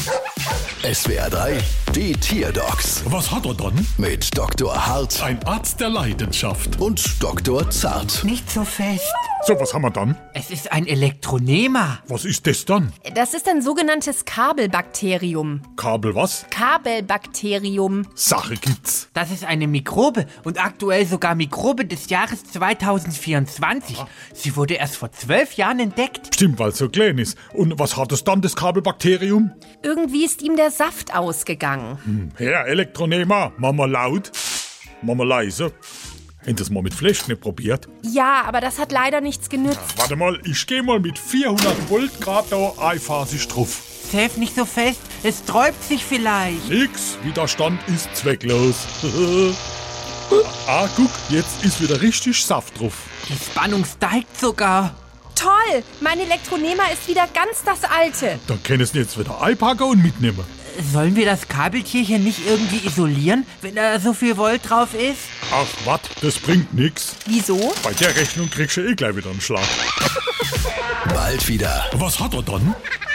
SWR 3, die Tierdocs Was hat er dann? mit Dr. Hart Ein Arzt der Leidenschaft. und Dr. Zart. Nicht so fest. So, was haben wir dann? Es ist ein Elektronema. Was ist das dann? Das ist ein sogenanntes Kabelbakterium. Kabel was? Kabelbakterium. Sache gibt's. Das ist eine Mikrobe und aktuell sogar Mikrobe des Jahres 2024. Sie wurde erst vor 12 Jahren entdeckt. Stimmt, weil es so klein ist. Und was hat es dann, das Kabelbakterium? Irgendwie ist ihm der Saft ausgegangen. Herr Elektronema, Mama laut, Mama leise. Haben das mal mit Fläschchen probiert? Ja, aber das hat leider nichts genützt. Warte mal, ich geh mal mit 400 Volt Grad da einphasig drauf. Safe nicht so fest, es sträubt sich vielleicht. Nix, Widerstand ist zwecklos. Guck, jetzt ist wieder richtig Saft drauf. Die Spannung steigt sogar. Toll, mein Elektronema ist wieder ganz das alte. Dann können es jetzt wieder einpacken und mitnehmen. Sollen wir das Kabeltierchen nicht irgendwie isolieren, wenn da so viel Volt drauf ist? Ach, wat, das bringt nix. Wieso? Bei der Rechnung kriegst du gleich wieder einen Schlag. Bald wieder. Was hat er dann?